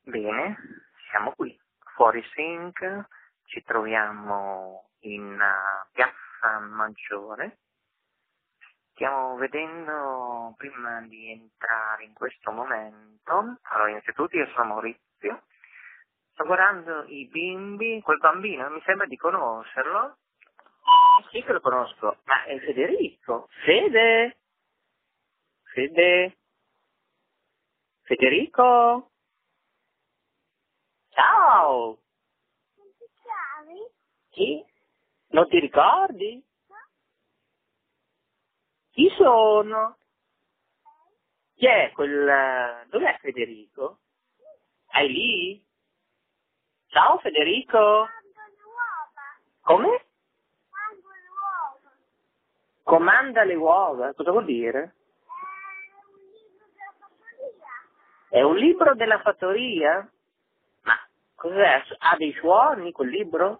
Bene, siamo qui, fuori sync, ci troviamo in Piazza Maggiore. Stiamo vedendo, prima di entrare in questo momento, allora innanzitutto io sono Maurizio, sto guardando i bimbi, quel bambino mi sembra di conoscerlo. Sì che lo conosco, ma è Federico. Federico? Ciao! Non ti chiami? Chi? Non ti ricordi? No? Chi sono? Chi è quel... Dov'è Federico? È lì? Ciao Federico! Mando le uova. Come? Mando le uova. Comanda le uova? Cosa vuol dire? È un libro della fattoria. È un libro della fattoria? Ma cos'è? Ha dei suoni quel libro?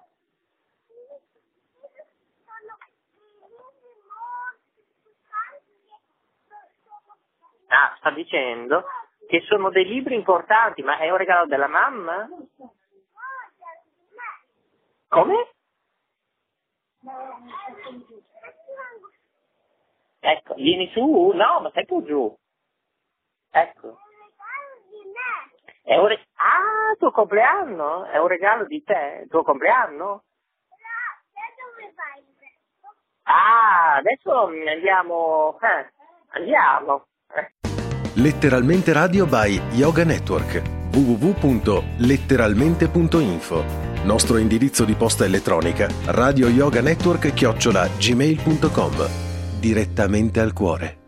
Sono dei libri molto importanti che sono... Ah, sta dicendo che sono dei libri importanti, ma è un regalo della mamma? Come? Ecco, vieni su? No, ma stai tu giù. Ecco. È un Ah, tuo compleanno? È un regalo di te? Il tuo compleanno? Dove vai adesso? Ah, adesso andiamo. Letteralmente Radio by Yoga Network. www.letteralmente.info. Nostro indirizzo di posta elettronica radioyoganetwork@gmail.com. Direttamente al cuore.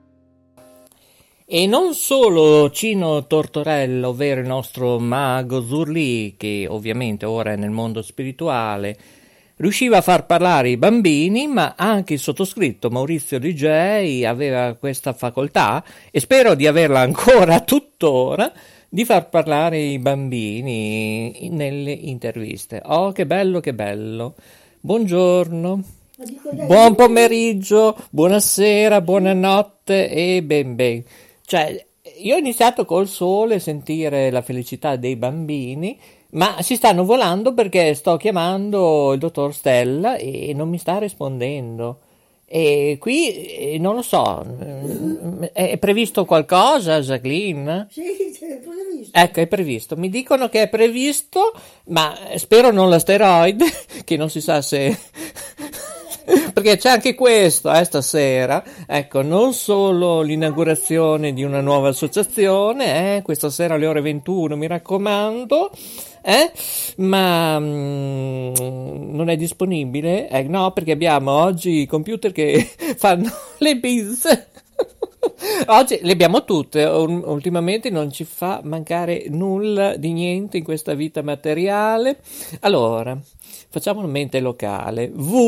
E non solo Cino Tortorella, ovvero il nostro mago Zurli, che ovviamente ora è nel mondo spirituale, riusciva a far parlare i bambini, ma anche il sottoscritto Maurizio DJ aveva questa facoltà, e spero di averla ancora tuttora, di far parlare i bambini nelle interviste. Oh, che bello, che bello. Buongiorno. Buon pomeriggio, buonasera, buonanotte e ben. Cioè, io ho iniziato col sole, sentire la felicità dei bambini, ma si stanno volando perché sto chiamando il dottor Stella e non mi sta rispondendo. E qui non lo so, è previsto qualcosa, Jacqueline? Sì, è previsto. Ecco, è previsto. Mi dicono che è previsto, ma spero non l'asteroide, che non si sa se... Perché c'è anche questo, stasera. Ecco, non solo l'inaugurazione di una nuova associazione, questa sera alle ore 21, mi raccomando, ma non è disponibile? No, perché abbiamo oggi i computer che fanno le bis. Oggi le abbiamo tutte, ultimamente non ci fa mancare nulla di niente in questa vita materiale. Allora, facciamo una mente locale,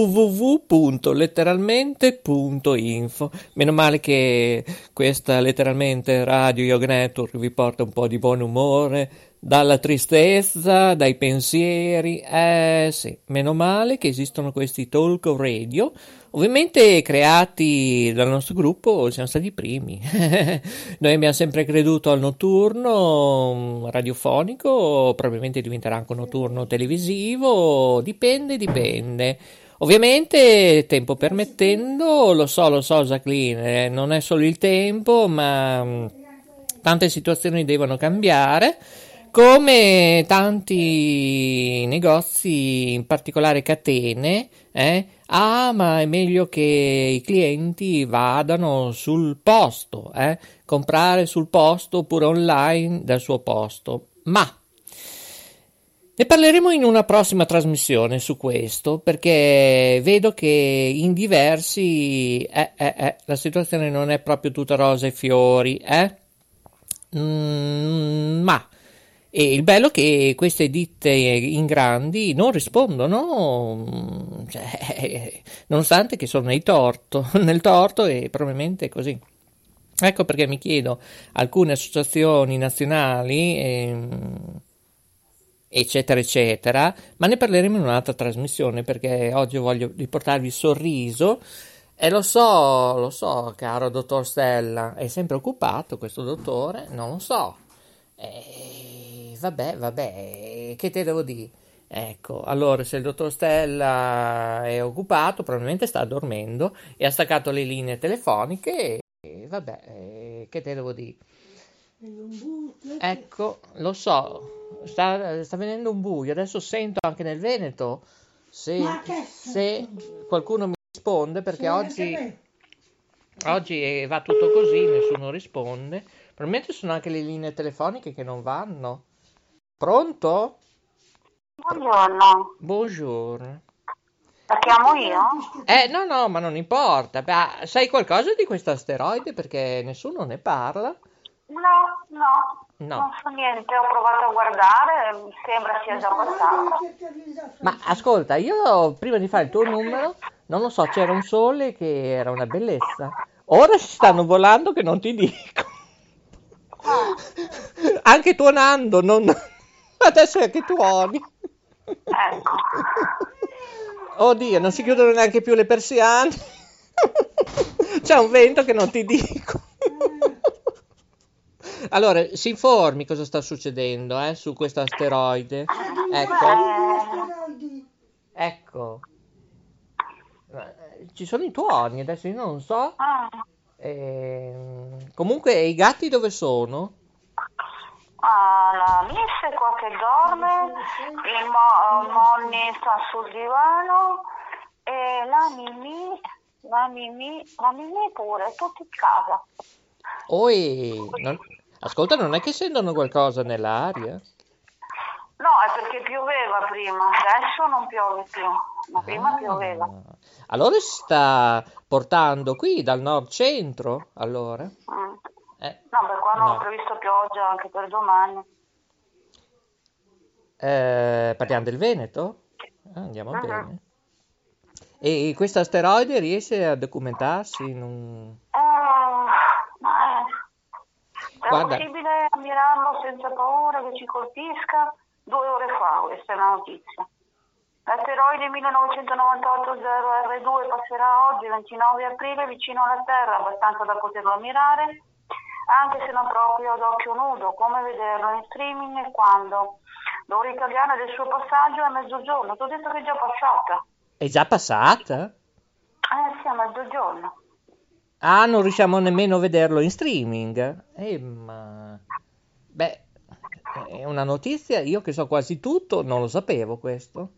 www.letteralmente.info. Meno male che questa letteralmente Radio Yoga Network vi porta un po' di buon umore, dalla tristezza, dai pensieri, sì, meno male che esistono questi talk radio, ovviamente creati dal nostro gruppo, siamo stati i primi. Noi abbiamo sempre creduto al notturno radiofonico, probabilmente diventerà anche un notturno televisivo, dipende. Ovviamente, tempo permettendo, lo so Jacqueline, non è solo il tempo, ma tante situazioni devono cambiare. Come tanti negozi, in particolare catene, ma è meglio che i clienti vadano sul posto, comprare sul posto oppure online dal suo posto. Ma ne parleremo in una prossima trasmissione su questo, perché vedo che in diversi la situazione non è proprio tutta rose e fiori, ma e il bello è che queste ditte in grandi non rispondono, nonostante che sono nel torto e probabilmente è così. Ecco perché mi chiedo, alcune associazioni nazionali, eccetera, ma ne parleremo in un'altra trasmissione, perché oggi voglio riportarvi il sorriso. E lo so, caro dottor Stella, è sempre occupato questo dottore, non lo so. Vabbè, che te devo dire? Ecco, allora se il dottor Stella è occupato, probabilmente sta dormendo e ha staccato le linee telefoniche e vabbè, che te devo dire? Ecco, lo so, sta venendo un buio, adesso sento anche nel Veneto se qualcuno mi risponde, perché oggi va tutto così, nessuno risponde. Probabilmente sono anche le linee telefoniche che non vanno. Pronto? Buongiorno, Buongiorno. la chiamo io? No, ma non importa. Beh, sai qualcosa di questo asteroide? Perché nessuno ne parla. No, No. non so niente, ho provato a guardare, sembra sia già passato. Ma ascolta, io prima di fare il tuo numero, non lo so, c'era un sole che era una bellezza. Ora si stanno volando che non ti dico. Anche tuonando, non... adesso è che tuoni. Ecco, Oddio, non si chiudono neanche più le persiane. C'è un vento che non ti dico. Allora, si informi cosa sta succedendo, su questo asteroide. Ecco. Ci sono i tuoni, adesso io non so. Comunque, i gatti dove sono? la Miss è qua che dorme, il Monni sta sul divano e la Mimì pure, tutti in casa. Ascolta, non è che sentono qualcosa nell'aria? No, è perché pioveva prima, adesso non piove più, ma prima pioveva. Allora si sta portando qui dal nord centro, allora? No, per qua non ho previsto pioggia anche per domani. Parliamo del Veneto? Andiamo bene. E questo asteroide riesce a documentarsi in un... È possibile ammirarlo senza paura che ci colpisca? 2 ore fa, questa è la notizia. L'asteroide 1998-0R2 passerà oggi, 29 aprile, vicino alla Terra, abbastanza da poterlo ammirare, anche se non proprio ad occhio nudo. Come vederlo in streaming e quando? L'ora italiana del suo passaggio è a mezzogiorno. Ti ho detto che è già passata. È già passata? Sì, a mezzogiorno. Non riusciamo nemmeno a vederlo in streaming? Beh, è una notizia, io che so quasi tutto, non lo sapevo questo.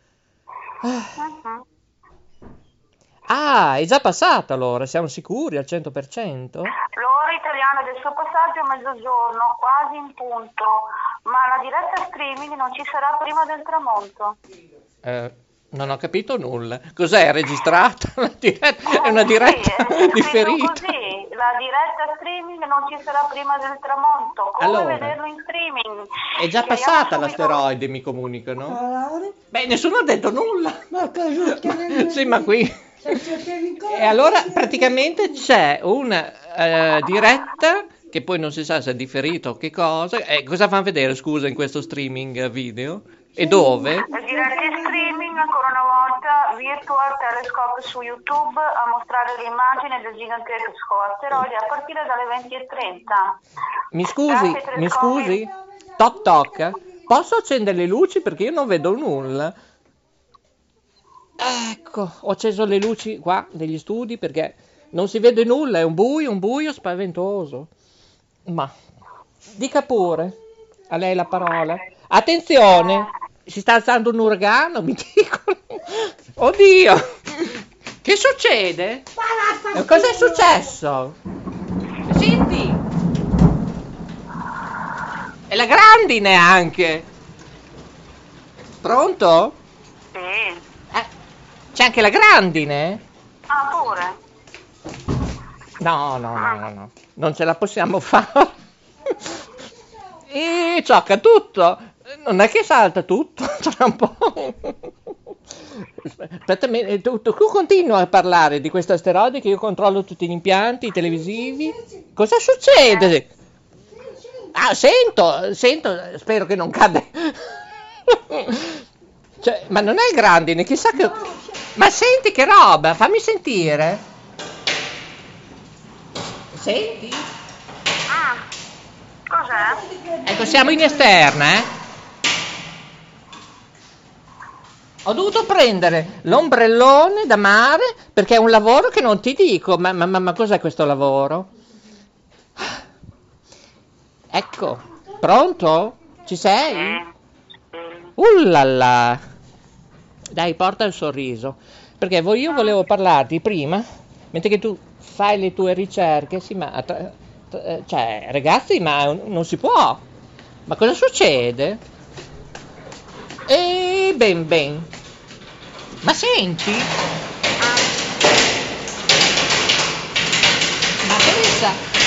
È già passata allora, siamo sicuri al 100%? L'ora italiana del suo passaggio è a mezzogiorno, quasi in punto, ma la diretta streaming non ci sarà prima del tramonto. Non ho capito nulla. Cos'è registrata? È una diretta differita. Così, la diretta streaming non ci sarà prima del tramonto. Come vederlo in streaming? È già passata l'asteroide, mi comunicano. Beh, nessuno ha detto nulla. Sì, ma qui... E allora praticamente c'è una diretta che poi non si sa se è differita o che cosa. Cosa fanno vedere, scusa, in questo streaming video? E dove? La diretta streaming, ancora una volta, Virtual Telescope su YouTube a mostrare l'immagine del gigantesco asteroide a partire dalle 20:30. Mi scusi? Toc toc. Posso accendere le luci perché io non vedo nulla? Ecco, ho acceso le luci qua negli studi perché non si vede nulla, è un buio spaventoso. Ma dica pure, a lei la parola. Attenzione, si sta alzando un uragano, mi dicono. Oddio, che succede? Cosa è successo? Senti, è la grandine anche. Pronto? Sì. C'è anche la grandine? Pure. No, non ce la possiamo fare. E ciocca tutto. Non è che salta tutto, tra un po'. Aspetta, tu continua a parlare di questo asteroide che io controllo tutti gli impianti televisivi. Cosa succede? Sento, spero che non cade. Cioè, ma non è grandine, chissà che... Ma senti che roba, fammi sentire. Senti? Cos'è? Ecco, siamo in esterna, eh? Ho dovuto prendere l'ombrellone da mare perché è un lavoro che non ti dico. Ma cos'è questo lavoro? Ecco, pronto? Ci sei? Ullala! Dai, porta il sorriso. Perché io volevo parlarti prima, mentre che tu fai le tue ricerche, sì, ma cioè, ragazzi, ma non si può. Ma cosa succede? E ben. Ma senti? Ma Teresa?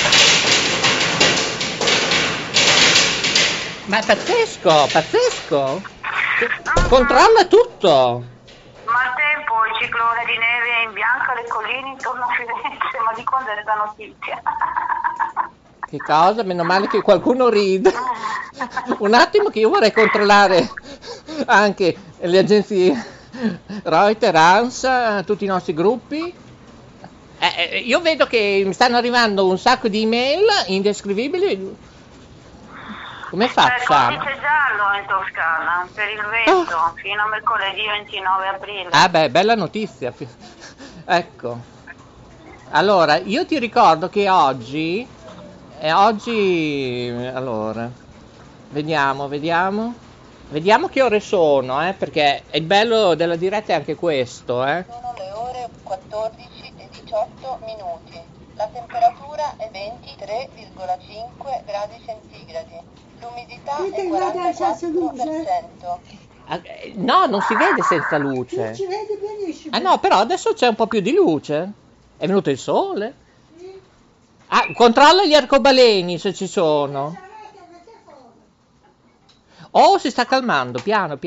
Ma è pazzesco. Controlla tutto. Maltempo, il ciclone di neve imbianca le colline intorno a Firenze, ma di quando è sta notizia? Che cosa? Meno male che qualcuno ride. Un attimo che io vorrei controllare anche le agenzie Reuters, ANSA, tutti i nostri gruppi. Io vedo che mi stanno arrivando un sacco di email indescrivibili. Come facciamo? Codice giallo in Toscana per il vento fino a mercoledì 29 aprile. Ah beh, bella notizia. Ecco. Allora, io ti ricordo che oggi, allora, vediamo che ore sono, perché il bello della diretta è anche questo, Sono le ore 14:18. La temperatura è 23,5 gradi centigradi. L'umidità è 44%. No, non si vede senza luce. Non ci vede benissimo. Ah no, però adesso c'è un po' più di luce. È venuto il sole. Ah, controlla gli arcobaleni se ci sono. Oh, si sta calmando, piano.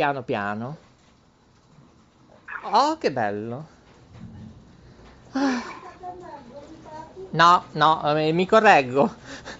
Oh, che bello. No, mi correggo.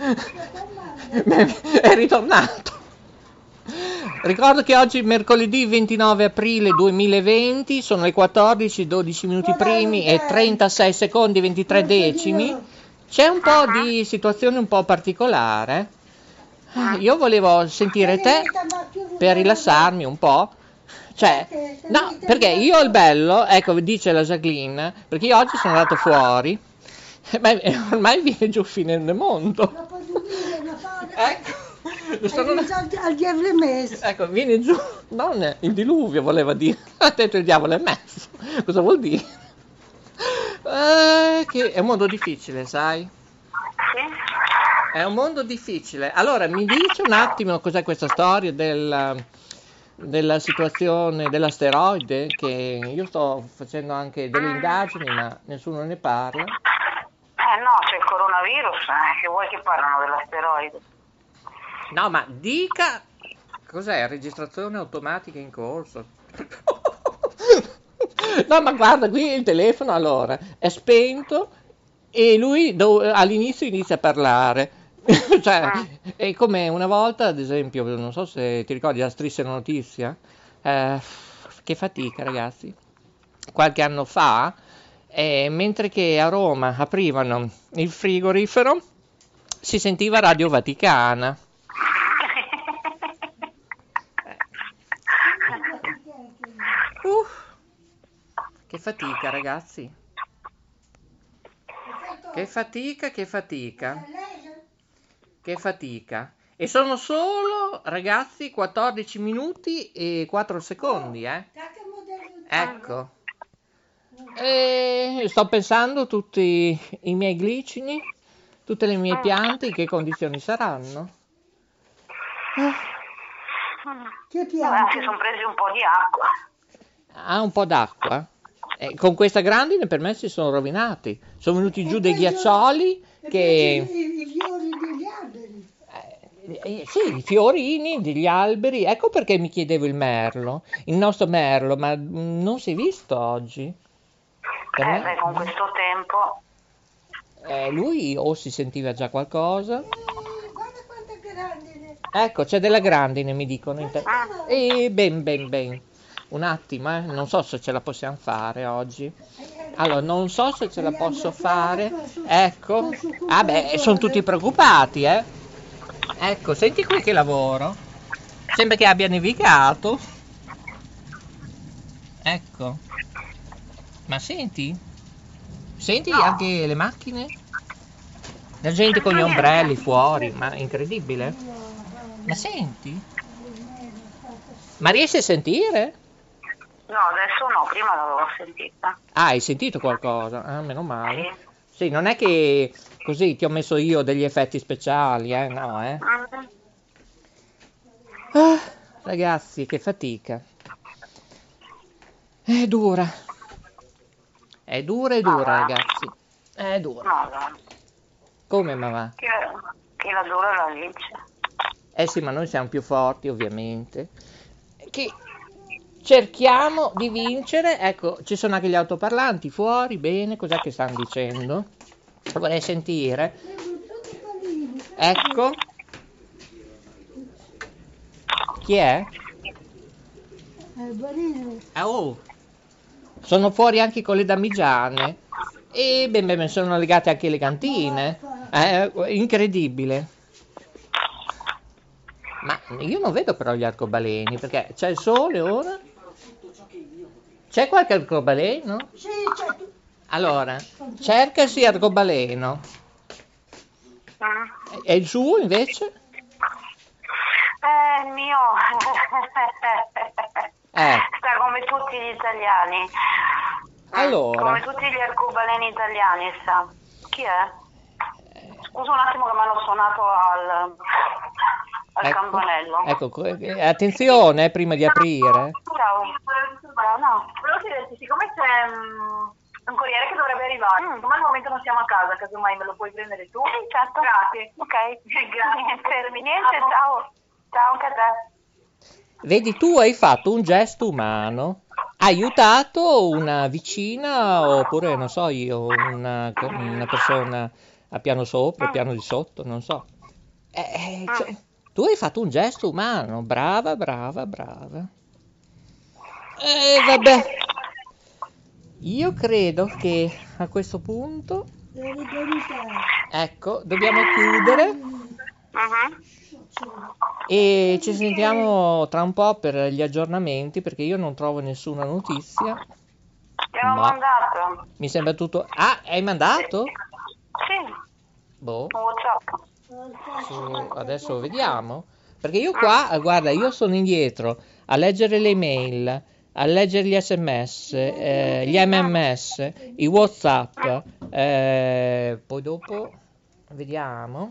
È ritornato. Ricordo che oggi mercoledì 29 aprile 2020 sono le 14:12 minuti primi e 36 secondi 23 decimi. C'è un po' di situazione un po' particolare. Io volevo sentire te per rilassarmi un po'. Cioè, no, perché io ho il bello, ecco, dice la Jacqueline, perché io oggi sono andato fuori, ma ormai viene giù fine del mondo. Ecco. Al diavolo è messo. Ecco, viene giù, non il diluvio voleva dire, ha detto il diavolo è messo, cosa vuol dire? Che è un mondo difficile, sai? È un mondo difficile. Allora, mi dici un attimo cos'è questa storia della situazione dell'asteroide, che io sto facendo anche delle indagini, ma nessuno ne parla. No, c'è il coronavirus, che vuoi che parlano dell'asteroide? No, ma dica cos'è? Registrazione automatica in corso. No, ma guarda, qui il telefono allora è spento e lui all'inizio inizia a parlare. Cioè, è come una volta, ad esempio, non so se ti ricordi la Striscia la Notizia, che fatica, ragazzi. Qualche anno fa, mentre che a Roma aprivano il frigorifero, si sentiva Radio Vaticana. Che fatica, ragazzi. Che fatica. E sono solo, ragazzi, 14 minuti e 4 secondi, Ecco. E sto pensando tutti i miei glicini, tutte le mie piante, in che condizioni saranno. Che Si piante? sono presi un po' di acqua. Ah, un po' d'acqua? Con questa grandine per me si sono rovinati. Sono venuti giù dei ghiaccioli che... I fiori degli alberi. Sì, i fiorini degli alberi. Ecco perché mi chiedevo il merlo. Il nostro merlo, ma non si è visto oggi. Per me- Con questo tempo. lui o si sentiva già qualcosa. Guarda quanta grandine. Ecco, c'è della grandine, mi dicono. Ben. Un attimo, non so se ce la possiamo fare oggi. Allora, non so se ce la posso fare. Ecco. Ah beh, sono tutti preoccupati, Ecco, senti qui che lavoro. Sembra che abbia nevicato. Ecco. Ma senti? Senti anche le macchine? La gente con gli ombrelli fuori, ma è incredibile. Ma senti? Ma riesci a sentire? No, adesso no, prima l'avevo sentita. Ah, hai sentito qualcosa? Ah, meno male. Sì. Sì, non è che così ti ho messo io degli effetti speciali, no, Mm. Ah, ragazzi, che fatica. È dura. È dura, ragazzi. È dura. No, no. Come, ma va? Chi la dura la vince. Eh sì, ma noi siamo più forti, ovviamente. Che cerchiamo di vincere. Ecco, ci sono anche gli autoparlanti fuori, bene, cos'è che stanno dicendo? Vorrei sentire. Ecco. Chi è? Oh, sono fuori anche con le damigiane. E beh, sono legate anche le cantine. Incredibile. Ma io non vedo però gli arcobaleni, perché c'è il sole ora? C'è qualche arcobaleno? Sì, c'è. Allora, cercasi arcobaleno. E il suo invece? Il mio Eh. sta come tutti gli italiani. Allora. Come tutti gli arcobaleni italiani sta. Chi è? Scusa un attimo che mi hanno suonato al campanello. Ecco, attenzione prima di aprire. Ciao. No. Volevo chiederti, siccome c'è un corriere che dovrebbe arrivare, ma al momento non siamo a casa, casomai me lo puoi prendere tu? Sì, certo. Grazie. Ok. Grazie. Niente, ciao. Ciao anche a te. Vedi, tu hai fatto un gesto umano. Hai aiutato una vicina oppure, non so io, una persona a piano sopra, a piano di sotto, non so. Cioè, tu hai fatto un gesto umano. Brava. Vabbè. Io credo che a questo punto, ecco, dobbiamo chiudere e ci sentiamo tra un po' per gli aggiornamenti, perché io non trovo nessuna notizia. Ti ho mandato. Mi sembra tutto... Ah, hai mandato? Sì. Boh. WhatsApp. Adesso vediamo. Perché io qua, guarda, io sono indietro a leggere le mail, a leggere gli sms, gli mms, i whatsapp, poi dopo vediamo.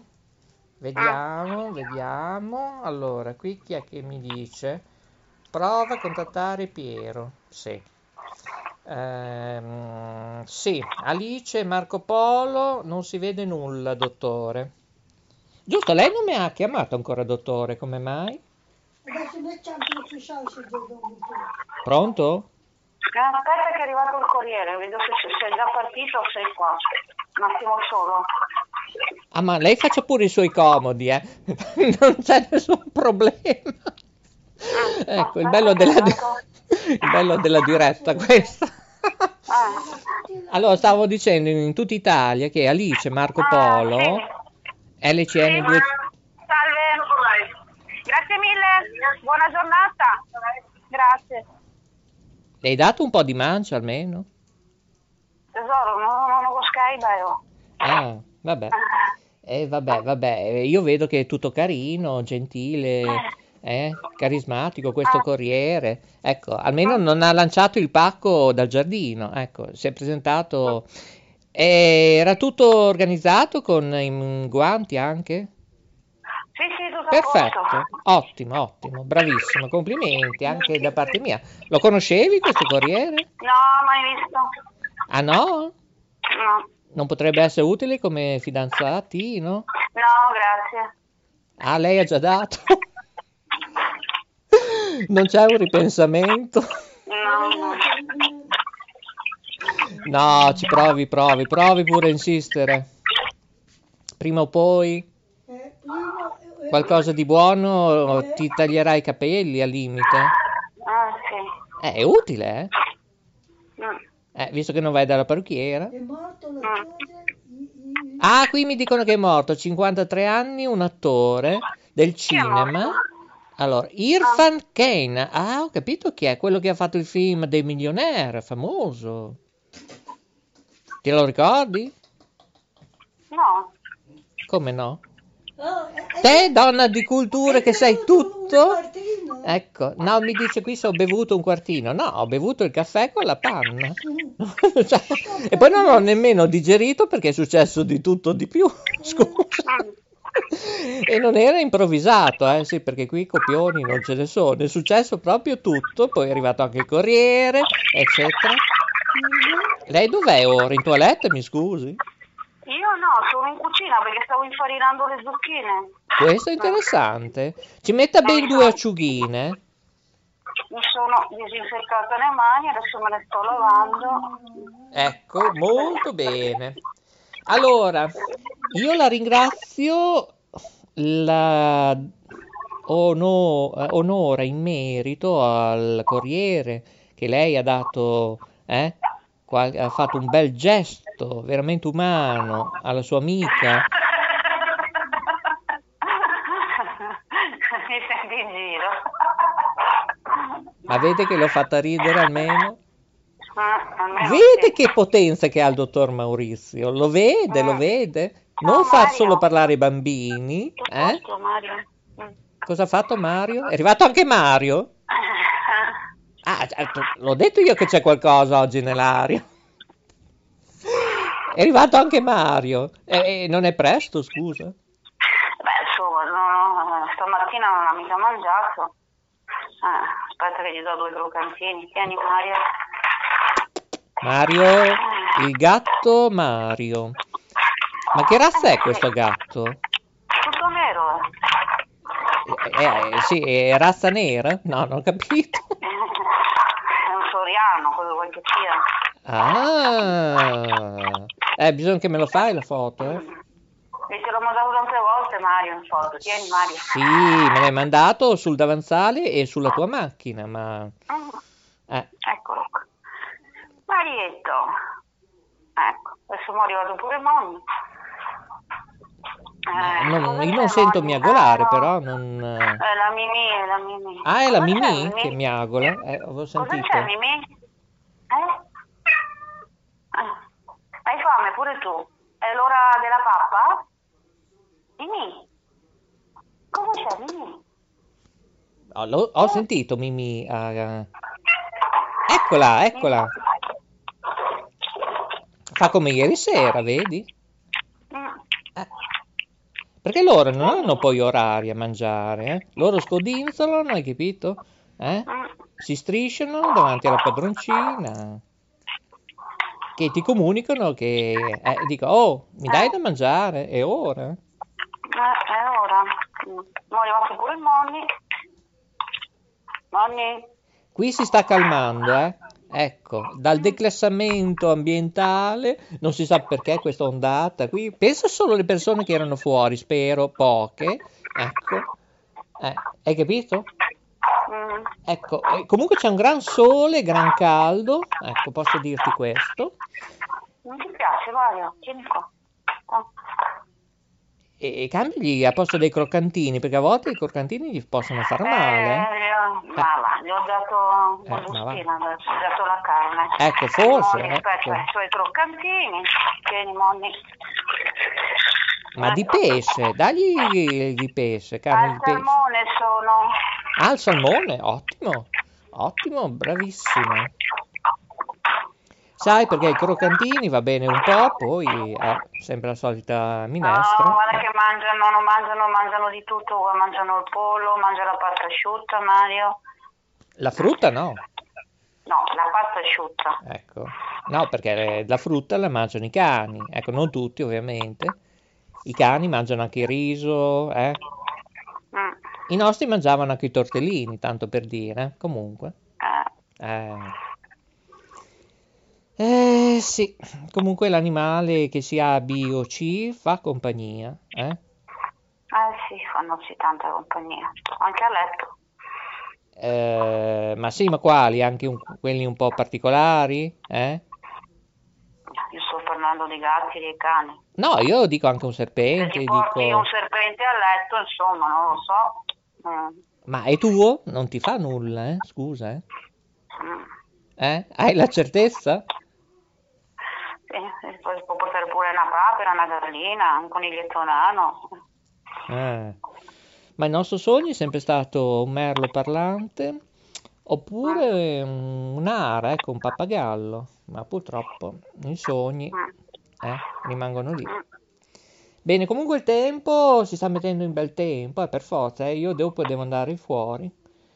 Allora, qui chi è che mi dice? Prova a contattare Piero. Sì. Sì, Alice e Marco Polo, non si vede nulla, dottore. Giusto, lei non mi ha chiamato ancora, dottore, come mai? Adesso mettiamo tutti i soldi dopo. Pronto? Aspetta che è arrivato il corriere, vedo se sei già partito o sei qua. Un attimo solo. Ah, ma lei faccia pure i suoi comodi, non c'è nessun problema. Ecco, il bello della diretta questo. Allora, stavo dicendo in tutta Italia che Alice, Marco Polo, LCN 2... Salve, grazie mille, buona giornata. Grazie. Le hai dato un po' di mancia almeno? Tesoro, non ho Skype. Ah, vabbè. Vabbè, io vedo che è tutto carino, gentile, carismatico questo corriere. Ecco, almeno non ha lanciato il pacco dal giardino, ecco, si è presentato. Era tutto organizzato con i guanti anche? Sì, tutto Perfetto, a ottimo, bravissimo, complimenti anche da parte mia. Lo conoscevi questo corriere? No, mai visto. Ah no? No. Non potrebbe essere utile come fidanzati, no? No, grazie. Ah, lei ha già dato? Non c'è un ripensamento? No, ci provi pure a insistere. Prima o poi qualcosa di buono ti taglierà i capelli al limite. Ah, sì. È utile, visto che non vai dalla parrucchiera. È morto l'attore Ah, qui mi dicono che è morto, 53 anni, un attore del cinema. Allora, Irfan Kane. Ah, ho capito chi è, quello che ha fatto il film dei Millionaire, famoso. Te lo ricordi? No. Come no? Oh, Te, donna di cultura che sai tutto? Un quartino. Ecco, no, mi dice qui se ho bevuto un quartino. No, ho bevuto il caffè con la panna. Cioè, e poi non l'ho nemmeno digerito perché è successo di tutto di più. Scusa. E non era improvvisato, sì, perché qui copioni non ce ne sono. È successo proprio tutto, poi è arrivato anche il Corriere, eccetera. Lei dov'è ora? In toilette, mi scusi? Io no, sono in cucina perché stavo infarinando le zucchine. Questo è interessante. Ci metta ben 2 acciughine. Mi sono disinfettata le mani, adesso me le sto lavando. Ecco, molto bene. Allora, io la ringrazio, la onora in merito al Corriere che lei ha dato, ha fatto un bel gesto veramente umano alla sua amica. Mi senti in giro? Ma vede che l'ho fatta ridere almeno? Almeno Vede sì. che potenza che ha il dottor Maurizio? Lo vede, lo vede? Non far Mario. solo parlare i bambini, Tutto, Mario. Cosa ha fatto Mario? È arrivato anche Mario? Ah, certo, l'ho detto io che c'è qualcosa oggi nell'aria. È arrivato anche Mario. Non è presto, scusa? Beh, insomma, no, stamattina non ha mica mangiato. Aspetta che gli do 2 croccantini. Tieni, Mario. Mario, il gatto Mario. Ma che razza è questo gatto? Tutto nero. Sì, è razza nera? No, non ho capito. È un soriano, quello vuoi che sia. Ah, bisogna che me lo fai la foto, E te l'ho mandato tante volte, Mario, in foto. Tieni, Mario. Sì, me l'hai mandato sul davanzale e sulla tua macchina, ma... Eccolo qua. Marietto. Ecco, adesso mi è arrivato pure Moni. Io non sento miagolare, no. però non... È la Mimì. Ah, è la Cosa c'è, Mimì che miagola? Avevo Cosa sentito. c'è, Mimì? Hai fame pure tu? È l'ora della pappa? Mimì? Cosa c'è, Mimì? Ho sentito Mimì. Eccola. Fa come ieri sera, vedi? Perché loro non hanno poi orari a mangiare, Loro scodinzolano, hai capito? Si strisciano davanti alla padroncina, che ti comunicano che... dico, oh, mi dai da mangiare? È ora? È ora. Mo' è arrivato pure il Monni. Monni? Qui si sta calmando, Ecco, dal declassamento ambientale, non si sa perché questa ondata qui, pensa solo alle persone che erano fuori, spero, poche, ecco, hai capito? Ecco, comunque c'è un gran sole, gran caldo, ecco, posso dirti questo. Non ti piace, Mario? Tieni qua. E cambiagli a posto dei croccantini, perché a volte i croccantini gli possono far male. Ma va, gli ho dato una bustina, gli ho dato la carne. Ecco, forse. Monni, aspetta, i suoi croccantini. Tieni, Monni. Ma di pesce, dagli di pesce, carne di pesce. Al salmone sono. Ah, il salmone, ottimo, bravissimo. Sai, perché i croccantini va bene un po', poi sempre la solita minestra. No, guarda che mangiano di tutto, mangiano il pollo, mangiano la pasta asciutta, Mario. La frutta no. No, la pasta asciutta. Ecco, no, perché la frutta la mangiano i cani, ecco, non tutti ovviamente. I cani mangiano anche il riso, I nostri mangiavano anche i tortellini, tanto per dire, comunque. Sì, comunque l'animale che sia A, B o C fa compagnia, Sì, fanno sì tanta compagnia, anche a letto. Ma sì, ma quali? Anche quelli un po' particolari, Io sto per parlando di gatti, di cani. No, io dico anche un Se serpente, ti porti dico... un serpente a letto, insomma, non lo so. Ma è tuo? Non ti fa nulla, Scusa, Mm. Hai la certezza? Sì, poi può portare pure una papera, una gallina, un coniglietto nano. Ma il nostro sogno è sempre stato un merlo parlante oppure un'ara, ecco, un pappagallo, ma purtroppo i sogni rimangono lì. Bene, comunque il tempo si sta mettendo in bel tempo, per forza, io dopo devo andare fuori.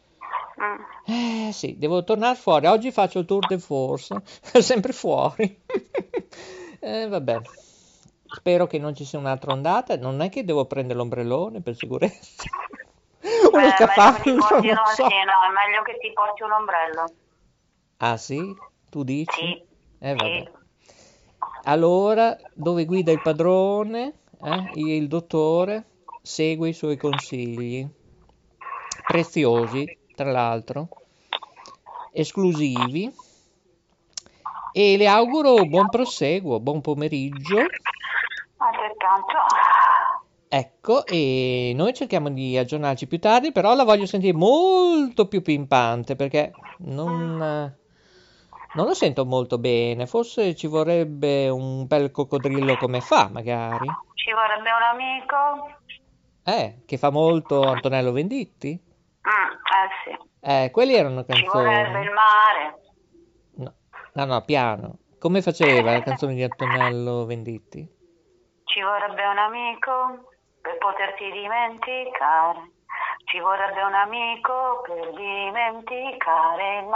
Sì, devo tornare fuori. Oggi faccio il tour de force, sempre fuori. Vabbè. Spero che non ci sia un'altra ondata. Non è che devo prendere l'ombrellone per sicurezza. Uno scaffale, non so. Sì, no, è meglio che ti porti un ombrello. Ah sì? Tu dici? Sì. Vabbè. Allora, dove guida il padrone, il dottore, segue i suoi consigli. Preziosi, tra l'altro. Esclusivi. E le auguro buon proseguo, buon pomeriggio. Altrettanto. Ecco, e noi cerchiamo di aggiornarci più tardi, però la voglio sentire molto più pimpante perché non lo sento molto bene. Forse ci vorrebbe un bel coccodrillo come fa, magari. Ci vorrebbe un amico. Che fa molto Antonello Venditti? Sì. Quelli erano Ci canzoni. vorrebbe il mare. No, piano. Come faceva la canzone di Antonello Venditti? Ci vorrebbe un amico per poterti dimenticare. Ci vorrebbe un amico per dimenticare il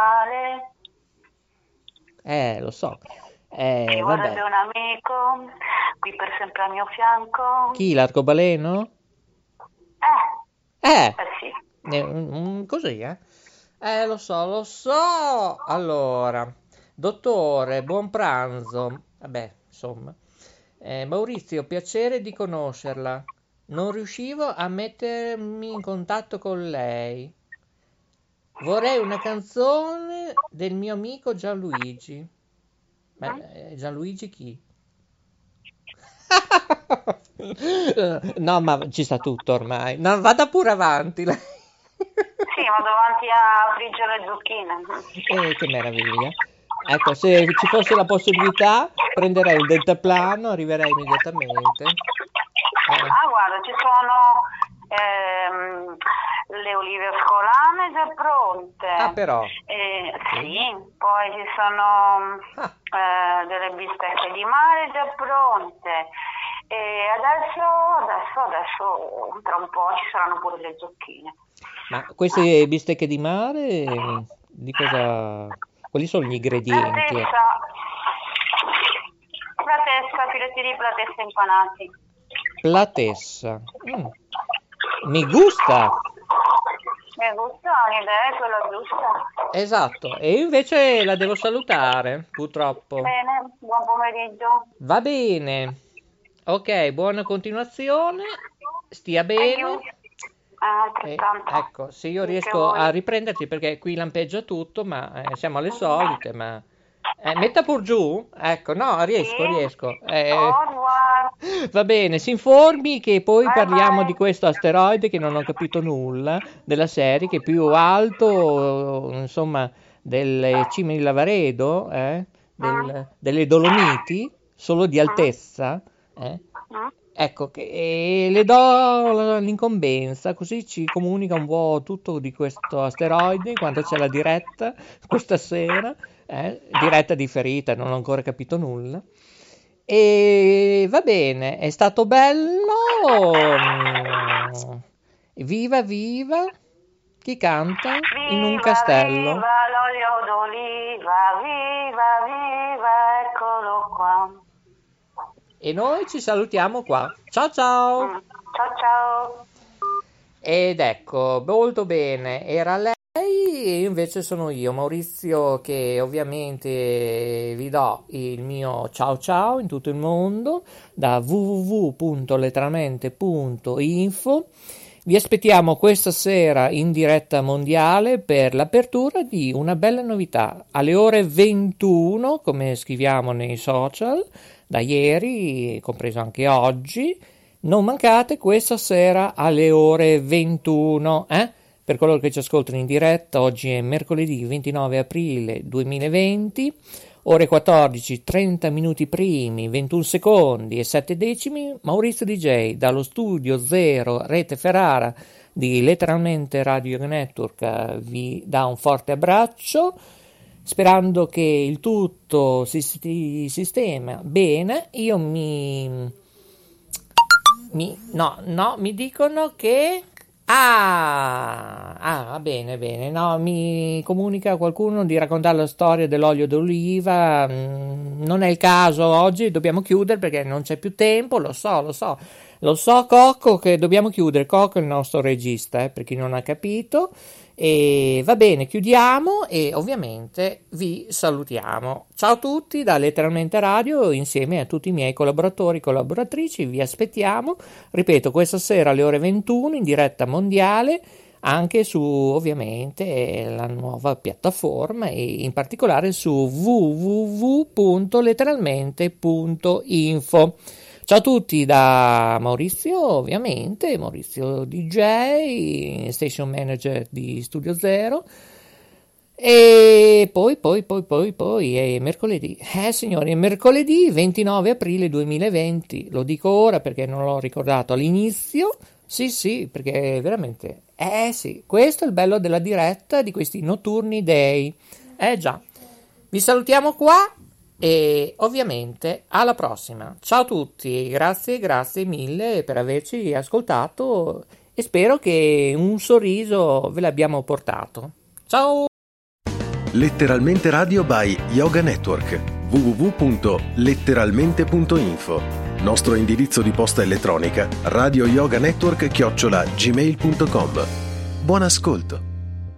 male. Lo so. Ci vorrebbe un amico qui per sempre al mio fianco. Chi? L'arcobaleno? Sì. Così, lo so. Allora, dottore, buon pranzo. Vabbè, insomma. Maurizio, piacere di conoscerla. Non riuscivo a mettermi in contatto con lei. Vorrei una canzone del mio amico Gianluigi. Ma Gianluigi chi? No, ma ci sta tutto ormai. No, vada pure avanti. Sì, vado avanti a friggere le zucchine. Che meraviglia. Ecco, se ci fosse la possibilità, prenderei il deltaplano, arriverei immediatamente. Guarda, ci sono le olive ascolane già pronte. Però. Sì, poi ci sono delle bistecche di mare già pronte. E adesso tra un po' ci saranno pure le zucchine. Ma queste bistecche di mare, di cosa... Quali sono gli ingredienti? Platessa, filetti di platessa impanati. Platessa. Mi gusta. Mi gusta, l'idea è quella giusta. Esatto, e invece la devo salutare, purtroppo. Bene, buon pomeriggio. Va bene. Ok, buona continuazione. Stia bene. Ecco, se io riesco a riprenderti perché qui lampeggia tutto, ma siamo alle solite, ma metta pur giù, ecco, no, riesco. Va bene, si informi che poi parliamo di questo asteroide che non ho capito nulla della serie, che è più alto, insomma, delle cime di Lavaredo, delle Dolomiti, solo di altezza, Ecco, le do l'incombenza, così ci comunica un po' tutto di questo asteroide, quando c'è la diretta questa sera, diretta differita, non ho ancora capito nulla. E va bene, è stato bello. Viva, viva. Chi canta? In un castello. Viva l'olio d'oliva, viva, eccolo qua. E noi ci salutiamo qua. Ciao ciao. Ciao. Ed ecco, molto bene, era lei e invece sono io, Maurizio, che ovviamente vi do il mio ciao ciao in tutto il mondo da www.letteralmente.info. Vi aspettiamo questa sera in diretta mondiale per l'apertura di una bella novità alle ore 21, come scriviamo nei social, da ieri, compreso anche oggi. Non mancate questa sera alle ore 21, per coloro che ci ascoltano in diretta. Oggi è mercoledì 29 aprile 2020, ore 14, 30 minuti primi, 21 secondi e 7 decimi. Maurizio DJ dallo studio 0 Rete Ferrara di Letteralmente Radio Network vi dà un forte abbraccio, sperando che il tutto si sistema bene. Io mi dicono che bene, no, mi comunica qualcuno di raccontare la storia dell'olio d'oliva. Non è il caso oggi, dobbiamo chiudere perché non c'è più tempo, lo so Cocco che dobbiamo chiudere. Cocco è il nostro regista, per chi non ha capito. E va bene, chiudiamo e ovviamente vi salutiamo. Ciao a tutti da Letteralmente Radio, insieme a tutti i miei collaboratori e collaboratrici. Vi aspettiamo, ripeto, questa sera alle ore 21 in diretta mondiale, anche su ovviamente la nuova piattaforma e in particolare su www.letteralmente.info. Ciao a tutti da Maurizio, ovviamente, Maurizio DJ, Station Manager di Studio Zero. E poi è mercoledì. Signori, è mercoledì 29 aprile 2020. Lo dico ora perché non l'ho ricordato all'inizio. Sì, perché veramente... sì, questo è il bello della diretta di questi notturni day. Già. Vi salutiamo qua. E ovviamente alla prossima. Ciao a tutti, grazie mille per averci ascoltato e spero che un sorriso ve l'abbiamo portato. Ciao. Letteralmente Radio by Yoga Network. www.letteralmente.info. Nostro indirizzo di posta elettronica radioyoganetwork@gmail.com. Buon ascolto.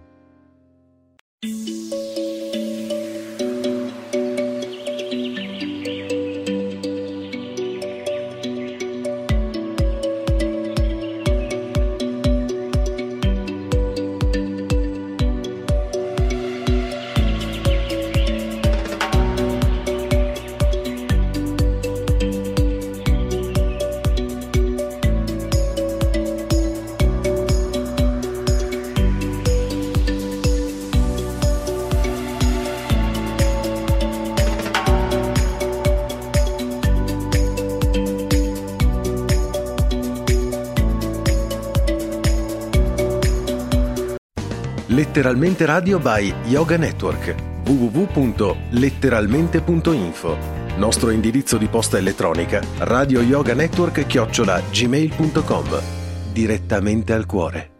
Letteralmente Radio by Yoga Network. www.letteralmente.info. Nostro indirizzo di posta elettronica radioyoganetwork@gmail.com. Direttamente al cuore.